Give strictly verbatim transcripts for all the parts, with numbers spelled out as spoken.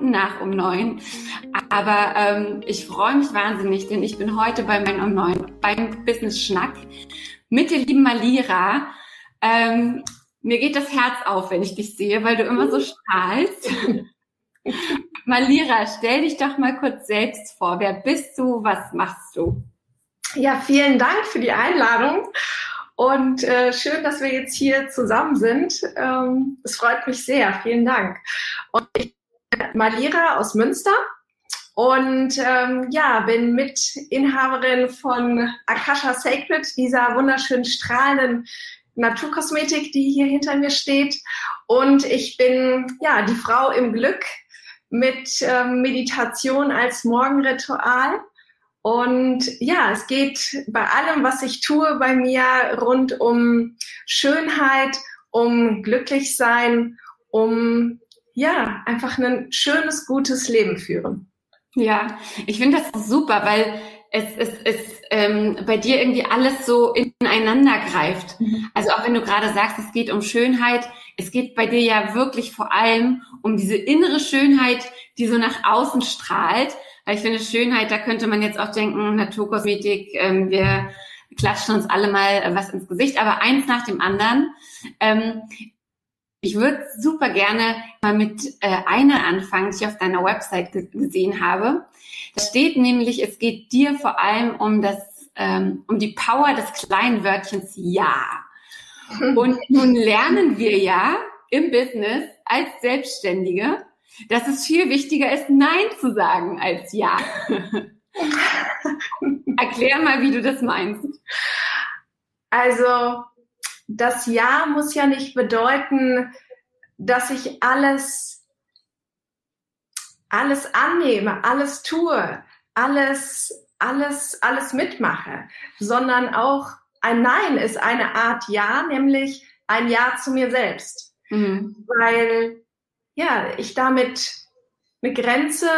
Minuten nach um neun. Aber ähm, ich freue mich wahnsinnig, denn ich bin heute bei meinem um neun beim Business Schnack mit der lieben Malira. Ähm, mir geht das Herz auf, wenn ich dich sehe, weil du immer so strahlst. Malira, stell dich doch mal kurz selbst vor. Wer bist du? Was machst du? Ja, vielen Dank für die Einladung und äh, schön, dass wir jetzt hier zusammen sind. Ähm, es freut mich sehr. Vielen Dank. Und ich bin Malira aus Münster und ähm, ja, bin Mitinhaberin von Akasha Sacred, dieser wunderschönen strahlenden Naturkosmetik, die hier hinter mir steht. Und ich bin ja die Frau im Glück mit ähm, Meditation als Morgenritual. Und ja, es geht bei allem, was ich tue, bei mir rund um Schönheit, um Glücklichsein, um ja, einfach ein schönes, gutes Leben führen. Ja, ich finde das super, weil es, es, es ähm, bei dir irgendwie alles so ineinander greift. Mhm. Also auch wenn du gerade sagst, es geht um Schönheit, es geht bei dir ja wirklich vor allem um diese innere Schönheit, die so nach außen strahlt. Weil ich finde, Schönheit, da könnte man jetzt auch denken, Naturkosmetik, ähm, wir klatschen uns alle mal was ins Gesicht, aber eins nach dem anderen. Ähm, ich würde super gerne mal mit äh, einer anfangen, die ich auf deiner Website ge- gesehen habe. Da steht nämlich, es geht dir vor allem um das, ähm, um die Power des kleinen Wörtchens Ja. Und nun lernen wir ja im Business als Selbstständige, dass es viel wichtiger ist, Nein zu sagen als Ja. Erklär mal, wie du das meinst. Also, das Ja muss ja nicht bedeuten, dass ich alles, alles annehme, alles tue, alles, alles, alles mitmache, sondern auch ein Nein ist eine Art Ja, nämlich ein Ja zu mir selbst. Mhm. Weil ja, ich damit eine Grenze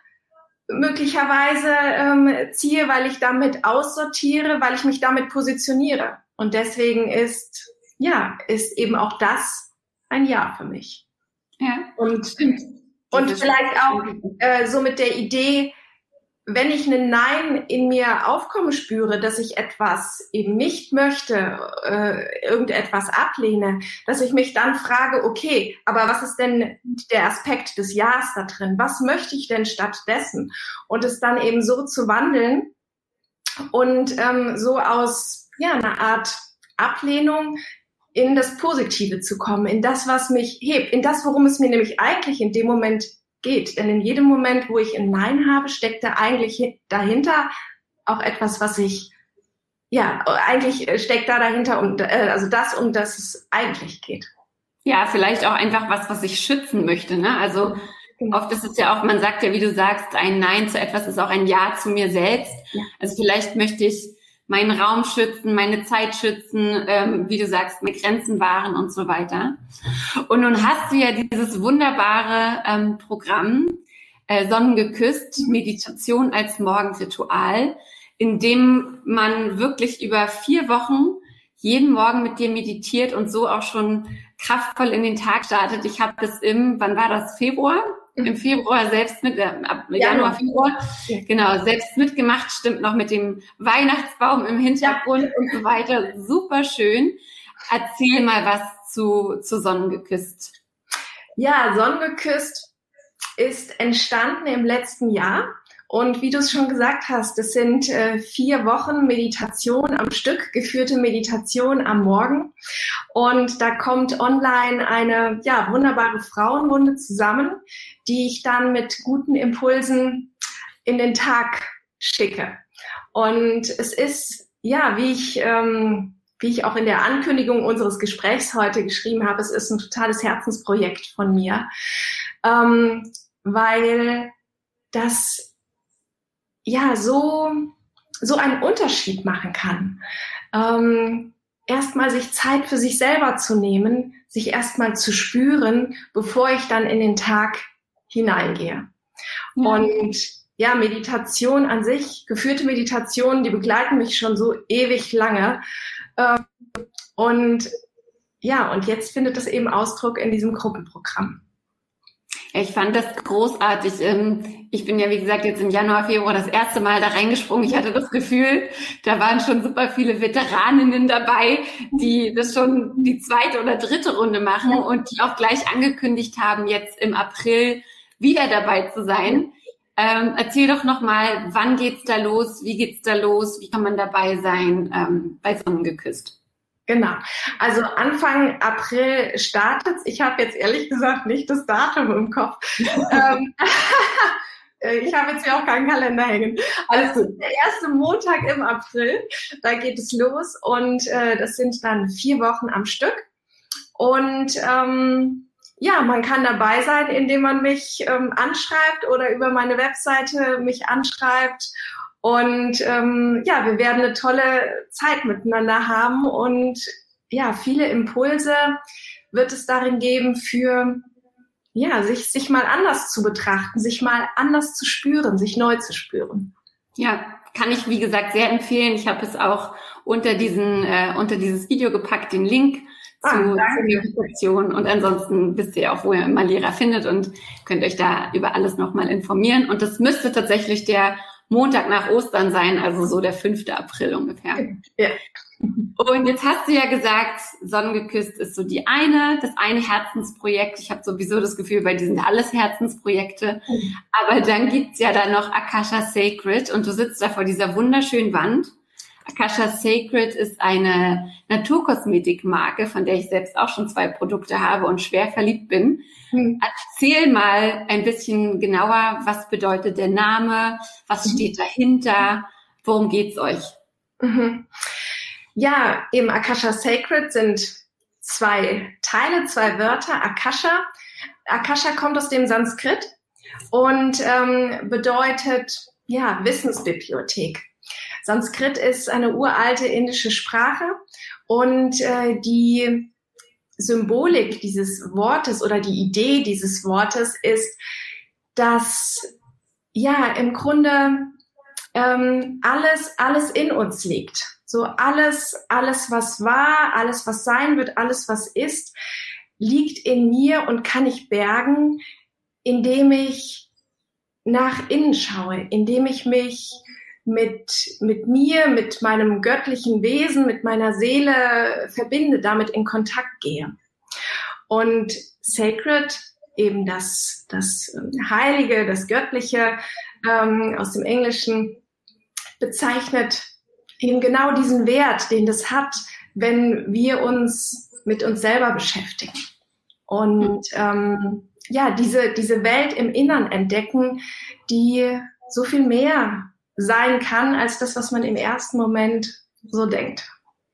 möglicherweise ähm, ziehe, weil ich damit aussortiere, weil ich mich damit positioniere. Und deswegen ist, ja, ist eben auch das ein Ja für mich. Ja. Und, und vielleicht auch äh, so mit der Idee, wenn ich ein Nein in mir aufkommen spüre, dass ich etwas eben nicht möchte, äh, irgendetwas ablehne, dass ich mich dann frage, okay, aber was ist denn der Aspekt des Ja's da drin? Was möchte ich denn stattdessen? Und es dann eben so zu wandeln und ähm, so aus ja einer Art Ablehnung in das Positive zu kommen, in das, was mich hebt, in das, worum es mir nämlich eigentlich in dem Moment geht. Denn in jedem Moment, wo ich ein Nein habe, steckt da eigentlich dahinter auch etwas, was ich, ja, eigentlich steckt da dahinter, um, also das, um das es eigentlich geht. Ja, vielleicht auch einfach was, was ich schützen möchte, ne? Also genau. Oft ist es ja auch, man sagt ja, wie du sagst, ein Nein zu etwas ist auch ein Ja zu mir selbst. Ja. Also vielleicht möchte ich meinen Raum schützen, meine Zeit schützen, ähm, wie du sagst, meine Grenzen wahren und so weiter. Und nun hast du ja dieses wunderbare ähm, Programm äh, Sonnengeküsst, Meditation als Morgenritual, in dem man wirklich über vier Wochen jeden Morgen mit dir meditiert und so auch schon kraftvoll in den Tag startet. Ich habe das im, wann war das, Februar? Im Februar selbst mit, äh, ab Januar, Februar, genau, selbst mitgemacht, stimmt noch mit dem Weihnachtsbaum im Hintergrund ja. und so weiter. Super schön. Erzähl mal was zu, zu Sonnengeküsst. Ja, Sonnengeküsst ist entstanden im letzten Jahr. Und wie du es schon gesagt hast, es sind äh, vier Wochen Meditation am Stück, geführte Meditation am Morgen. Und da kommt online eine ja wunderbare Frauenrunde zusammen, die ich dann mit guten Impulsen in den Tag schicke. Und es ist, ja, wie ich, ähm, wie ich auch in der Ankündigung unseres Gesprächs heute geschrieben habe, es ist ein totales Herzensprojekt von mir, ähm, weil das ja so so einen Unterschied machen kann. Ähm, erstmal sich Zeit für sich selber zu nehmen, sich erstmal zu spüren, bevor ich dann in den Tag hineingehe. Ja. Und ja, Meditation an sich, geführte Meditationen, die begleiten mich schon so ewig lange. Ähm, und ja, und jetzt findet das eben Ausdruck in diesem Gruppenprogramm. Ich fand das großartig. Ich bin ja, wie gesagt, jetzt im Januar, Februar das erste Mal da reingesprungen. Ich hatte das Gefühl, da waren schon super viele Veteraninnen dabei, die das schon die zweite oder dritte Runde machen und die auch gleich angekündigt haben, jetzt im April wieder dabei zu sein. Ähm, erzähl doch nochmal, wann geht's da los? Wie geht's da los? Wie kann man dabei sein ähm, bei Sonnengeküsst? Genau. Also Anfang April startet's. Ich habe jetzt ehrlich gesagt nicht das Datum im Kopf. ähm, ich habe jetzt hier auch keinen Kalender hängen. Also der erste Montag im April, da geht es los und äh, das sind dann vier Wochen am Stück. Und ähm, ja, man kann dabei sein, indem man mich ähm, anschreibt oder über meine Webseite mich anschreibt. Und ähm, ja, wir werden eine tolle Zeit miteinander haben und ja, viele Impulse wird es darin geben für ja, sich sich mal anders zu betrachten, sich mal anders zu spüren, sich neu zu spüren. Ja, kann ich wie gesagt sehr empfehlen. Ich habe es auch unter diesen äh, unter dieses Video gepackt, den Link zu Ah, Meditation. Und ansonsten wisst ihr auch, wo ihr immer Lehrer findet und könnt euch da über alles nochmal informieren. Und das müsste tatsächlich der Montag nach Ostern sein, also so der fünfte April ungefähr. Ja. Und jetzt hast du ja gesagt, Sonnengeküsst ist so die eine, das eine Herzensprojekt. Ich habe sowieso das Gefühl, bei diesen alles Herzensprojekte. Aber dann gibt's ja da noch Akasha Sacred und du sitzt da vor dieser wunderschönen Wand. Akasha Sacred ist eine Naturkosmetikmarke, von der ich selbst auch schon zwei Produkte habe und schwer verliebt bin. Hm. Erzähl mal ein bisschen genauer, was bedeutet der Name, was steht dahinter, worum geht's euch? Mhm. Ja, eben Akasha Sacred sind zwei Teile, zwei Wörter. Akasha. Akasha kommt aus dem Sanskrit und ähm, bedeutet ja Wissensbibliothek. Sanskrit ist eine uralte indische Sprache und äh, die Symbolik dieses Wortes oder die Idee dieses Wortes ist, dass ja im Grunde ähm, alles alles in uns liegt. So alles alles was war, alles was sein wird, alles was ist, liegt in mir und kann ich bergen, indem ich nach innen schaue, indem ich mich mit, mit mir, mit meinem göttlichen Wesen, mit meiner Seele verbinde, damit in Kontakt gehe. Und Sacred, eben das, das Heilige, das Göttliche, ähm, aus dem Englischen, bezeichnet eben genau diesen Wert, den das hat, wenn wir uns mit uns selber beschäftigen. Und ähm, ja, diese, diese Welt im Innern entdecken, die so viel mehr sein kann, als das, was man im ersten Moment so denkt.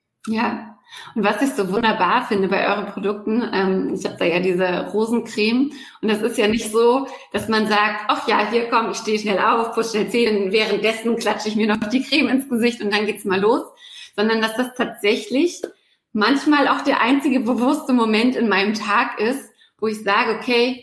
Ja, und was ich so wunderbar finde bei euren Produkten, ähm, ich habe da ja diese Rosencreme und das ist ja nicht so, dass man sagt, ach ja, hier komm, ich stehe schnell auf, putze schnell Zähne, währenddessen klatsche ich mir noch die Creme ins Gesicht und dann geht's mal los, sondern dass das tatsächlich manchmal auch der einzige bewusste Moment in meinem Tag ist, wo ich sage, okay,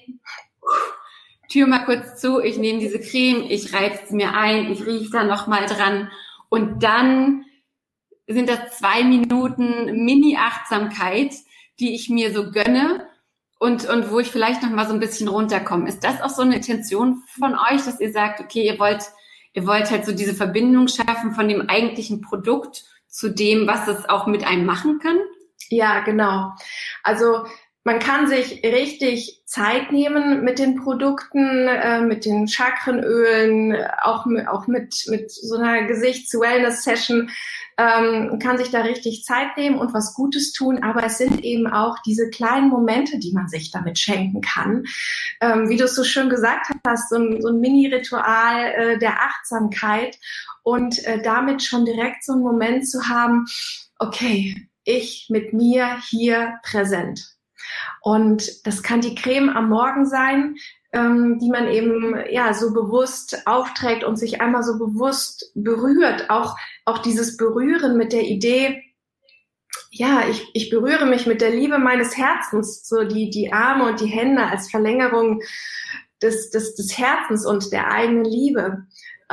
Tür mal kurz zu, ich nehme diese Creme, ich reibe es mir ein, ich rieche da nochmal dran und dann sind das zwei Minuten Mini-Achtsamkeit, die ich mir so gönne und und wo ich vielleicht nochmal so ein bisschen runterkomme. Ist das auch so eine Intention von euch, dass ihr sagt, okay, ihr wollt ihr wollt halt so diese Verbindung schaffen von dem eigentlichen Produkt zu dem, was es auch mit einem machen kann? Ja, genau. Also man kann sich richtig Zeit nehmen mit den Produkten, äh, mit den Chakrenölen, auch mit, auch mit, mit so einer Gesichts-Wellness-Session, ähm, kann sich da richtig Zeit nehmen und was Gutes tun. Aber es sind eben auch diese kleinen Momente, die man sich damit schenken kann. Ähm, wie du es so schön gesagt hast, so ein, so ein Mini-Ritual äh, der Achtsamkeit und äh, damit schon direkt so einen Moment zu haben, okay, ich mit mir hier präsent. Und das kann die Creme am Morgen sein, ähm, die man eben ja so bewusst aufträgt und sich einmal so bewusst berührt. Auch auch dieses Berühren mit der Idee, ja, ich ich berühre mich mit der Liebe meines Herzens, so die die Arme und die Hände als Verlängerung des des des Herzens und der eigenen Liebe.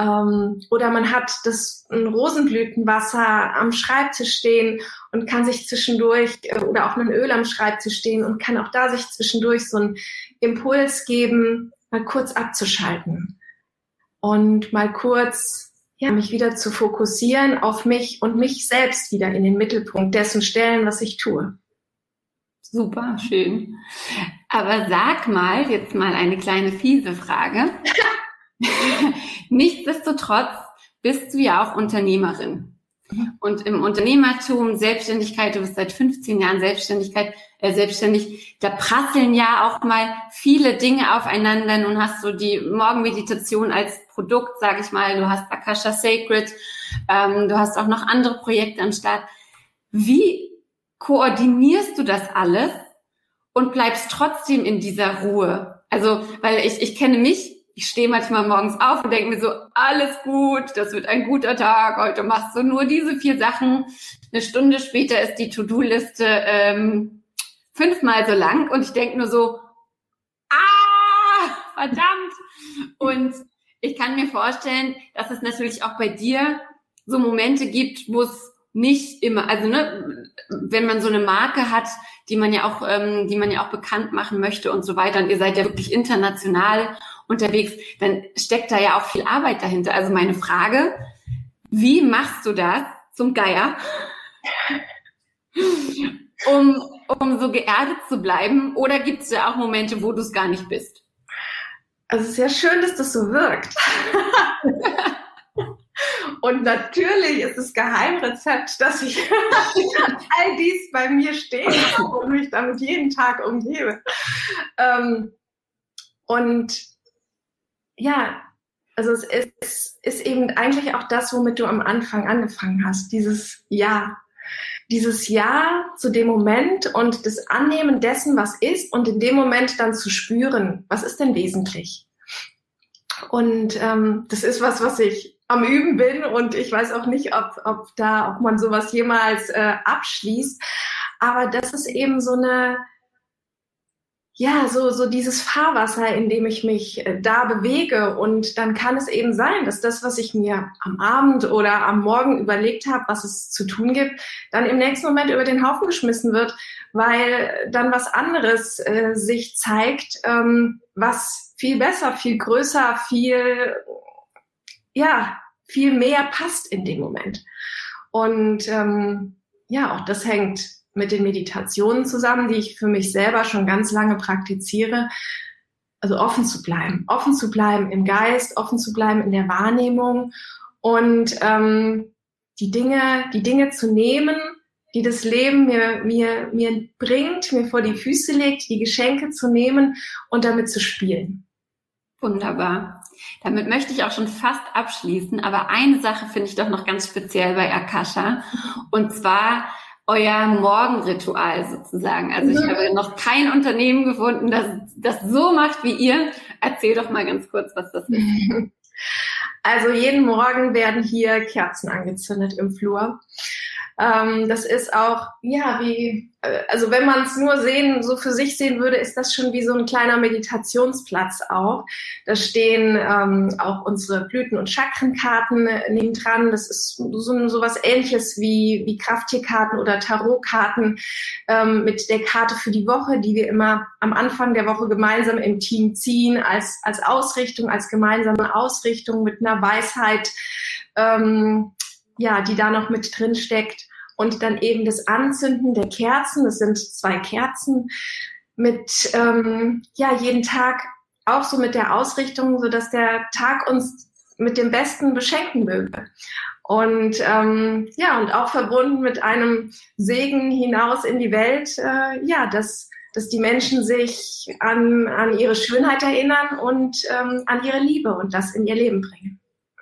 Ähm, oder man hat das ein Rosenblütenwasser am Schreibtisch stehen und kann sich zwischendurch, äh, oder auch ein Öl am Schreibtisch stehen und kann auch da sich zwischendurch so einen Impuls geben, mal kurz abzuschalten und mal kurz ja, mich wieder zu fokussieren auf mich und mich selbst wieder in den Mittelpunkt dessen stellen, was ich tue. Super, schön. Aber sag mal, jetzt mal eine kleine fiese Frage. Nichtsdestotrotz bist du ja auch Unternehmerin. Und im Unternehmertum, Selbstständigkeit, du bist seit fünfzehn Jahren Selbstständigkeit, äh, selbstständig, da prasseln ja auch mal viele Dinge aufeinander. Nun hast du die Morgenmeditation als Produkt, sage ich mal, du hast Akasha Sacred, ähm, du hast auch noch andere Projekte am Start. Wie koordinierst du das alles und bleibst trotzdem in dieser Ruhe? Also, weil ich, ich kenne mich, ich stehe manchmal morgens auf und denke mir so, alles gut, das wird ein guter Tag, heute machst du nur diese vier Sachen. Eine Stunde später ist die To-Do-Liste ähm, fünfmal so lang und ich denke nur so, ah, verdammt. Und ich kann mir vorstellen, dass es natürlich auch bei dir so Momente gibt, wo es nicht immer, also ne, wenn man so eine Marke hat, die man ja auch, ähm, die man ja auch bekannt machen möchte und so weiter, und ihr seid ja wirklich international unterwegs, dann steckt da ja auch viel Arbeit dahinter. Also meine Frage, wie machst du das zum Geier, um, um so geerdet zu bleiben? Oder gibt es ja auch Momente, wo du es gar nicht bist? Also es ist ja schön, dass das so wirkt. Und natürlich ist das Geheimrezept, dass ich all dies bei mir stehen habe und mich damit jeden Tag umgebe. Ähm, und ja, also es ist, ist eben eigentlich auch das, womit du am Anfang angefangen hast, dieses Ja. Dieses Ja zu dem Moment und das Annehmen dessen, was ist, und in dem Moment dann zu spüren, was ist denn wesentlich. Und ähm, das ist was, was ich am Üben bin, und ich weiß auch nicht, ob, ob da, ob man sowas jemals äh, abschließt. Aber das ist eben so eine, ja, so, so dieses Fahrwasser, in dem ich mich äh, da bewege. Und dann kann es eben sein, dass das, was ich mir am Abend oder am Morgen überlegt habe, was es zu tun gibt, dann im nächsten Moment über den Haufen geschmissen wird, weil dann was anderes äh, sich zeigt, ähm, was viel besser, viel größer, viel, ja, viel mehr passt in dem Moment. Und ähm, ja, auch das hängt mit den Meditationen zusammen, die ich für mich selber schon ganz lange praktiziere. Also offen zu bleiben, offen zu bleiben im Geist, offen zu bleiben in der Wahrnehmung und ähm, die Dinge, die Dinge zu nehmen, die das Leben mir, mir, mir bringt, mir vor die Füße legt, die Geschenke zu nehmen und damit zu spielen. Wunderbar. Damit möchte ich auch schon fast abschließen, aber eine Sache finde ich doch noch ganz speziell bei Akasha, und zwar euer Morgenritual sozusagen. Also ich habe noch kein Unternehmen gefunden, das das so macht wie ihr. Erzähl doch mal ganz kurz, was das ist. Also jeden Morgen werden hier Kerzen angezündet im Flur. Ähm, das ist auch, ja, wie, also wenn man es nur sehen, so für sich sehen würde, ist das schon wie so ein kleiner Meditationsplatz auch. Da stehen ähm, auch unsere Blüten- und Chakrenkarten neben dran. Das ist so, so was Ähnliches wie, wie Krafttierkarten oder Tarotkarten ähm, mit der Karte für die Woche, die wir immer am Anfang der Woche gemeinsam im Team ziehen, als, als Ausrichtung, als gemeinsame Ausrichtung mit einer Weisheit, ähm, ja, die da noch mit drin steckt. Und dann eben das Anzünden der Kerzen, das sind zwei Kerzen, mit ähm, ja jeden Tag auch so mit der Ausrichtung, so dass der Tag uns mit dem Besten beschenken möge. Und ähm, ja, und auch verbunden mit einem Segen hinaus in die Welt, äh, ja, dass dass die Menschen sich an an ihre Schönheit erinnern und ähm, an ihre Liebe und das in ihr Leben bringen.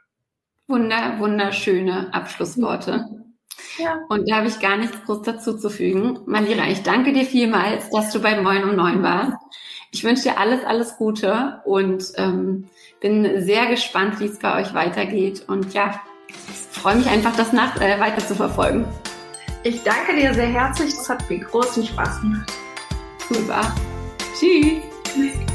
Wunder, wunderschöne Abschlussworte. Ja. Und da habe ich gar nichts groß dazu zu fügen. Malira, ich danke dir vielmals, dass du bei Moin um Neun warst. Ich wünsche dir alles, alles Gute und ähm, bin sehr gespannt, wie es bei euch weitergeht. Und ja, ich freue mich einfach, das nach, äh, weiter zu verfolgen. Ich danke dir sehr herzlich. Das hat mir großen Spaß gemacht. Super. Tschüss.